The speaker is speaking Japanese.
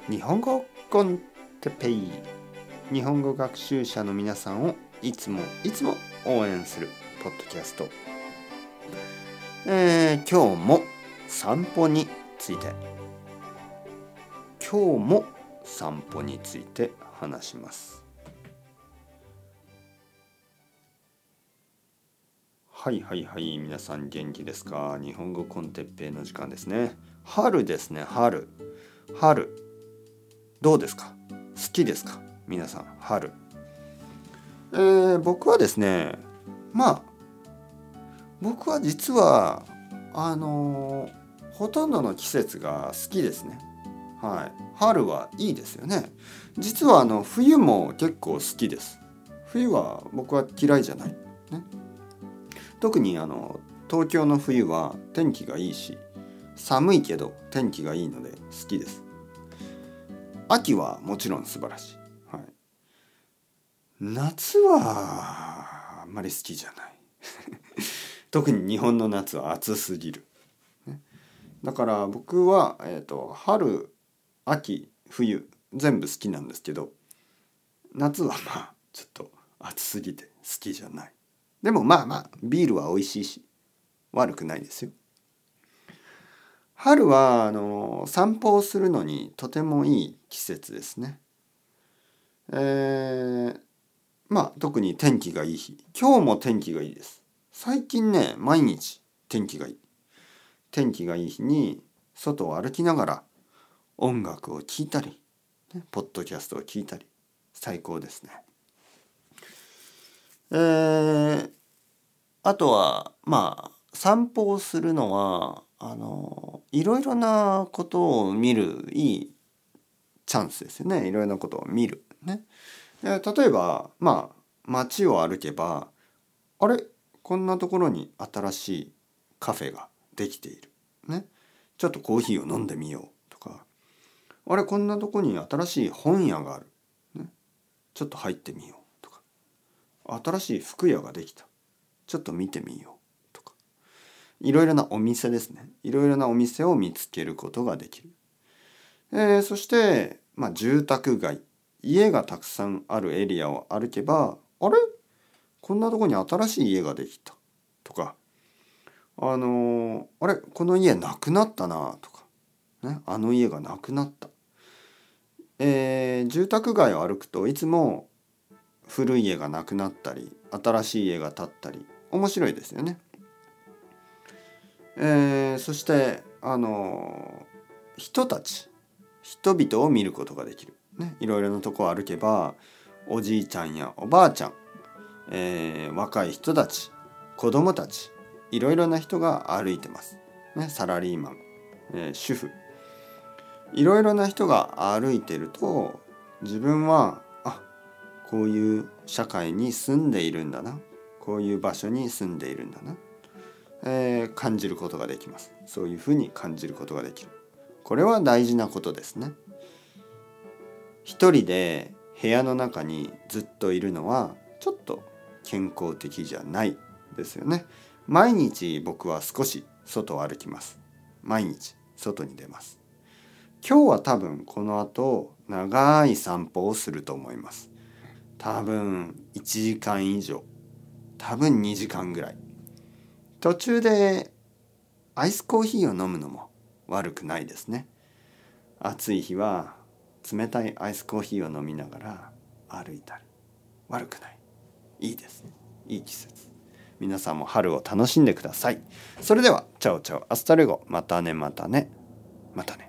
日本語コンテペイ、日本語学習者の皆さんをいつも応援するポッドキャスト。今日も散歩について話します。はい、皆さん元気ですか？日本語コンテッペイの時間ですね。春ですね。春どうですか？好きですか？皆さん春。僕はですね、僕は実はほとんどの季節が好きですね。はい、春はいいですよね。実は冬も結構好きです。冬は僕は嫌いじゃない、ね、特に東京の冬は天気がいいし、寒いけど天気がいいので好きです。秋はもちろん素晴らしい。はい、夏はあんまり好きじゃない特に日本の夏は暑すぎる、ね、だから僕は、春、秋、冬全部好きなんですけど、夏はちょっと暑すぎて好きじゃない。でもビールは美味しいし悪くないですよ。春は散歩をするのにとてもいい季節ですね。特に天気がいい日。今日も天気がいいです。最近ね、毎日天気がいい。天気がいい日に外を歩きながら音楽を聴いたり、ポッドキャストを聞いたり、最高ですね。あとは散歩をするのはいろいろなことを見るいいチャンスですよね。いろいろなことを見るね。例えば街を歩けば、あれこんなところに新しいカフェができているね。ちょっとコーヒーを飲んでみようとか、あれこんなところに新しい本屋がある、ね、ちょっと入ってみようとか、新しい服屋ができた、ちょっと見てみようとか、いろいろなお店ですね。いろいろなお店を見つけることができる。そして住宅街、家がたくさんあるエリアを歩けば、あれこんなとこに新しい家ができたとか、あれこの家なくなったなとか、ね、あの家がなくなった。住宅街を歩くといつも古い家がなくなったり新しい家が建ったり面白いですよね。そして人々を見ることができる、ね、いろいろなとこを歩けばおじいちゃんやおばあちゃん、若い人たち、子供たち、いろいろな人が歩いてます、ね、サラリーマン、主婦、いろいろな人が歩いてると、自分はこういう社会に住んでいるんだな、こういう場所に住んでいるんだな、感じることができます。そういうふうに感じることができる。これは大事なことですね。一人で部屋の中にずっといるのはちょっと健康的じゃないですよね。毎日僕は少し外を歩きます。毎日外に出ます。今日は多分この後長い散歩をすると思います。多分1時間以上、多分2時間ぐらい。途中でアイスコーヒーを飲むのも悪くないですね。暑い日は冷たいアイスコーヒーを飲みながら歩いたり、悪くない。いいですね。いい季節。皆さんも春を楽しんでください。それではチャオチャオアスタレゴ、またね。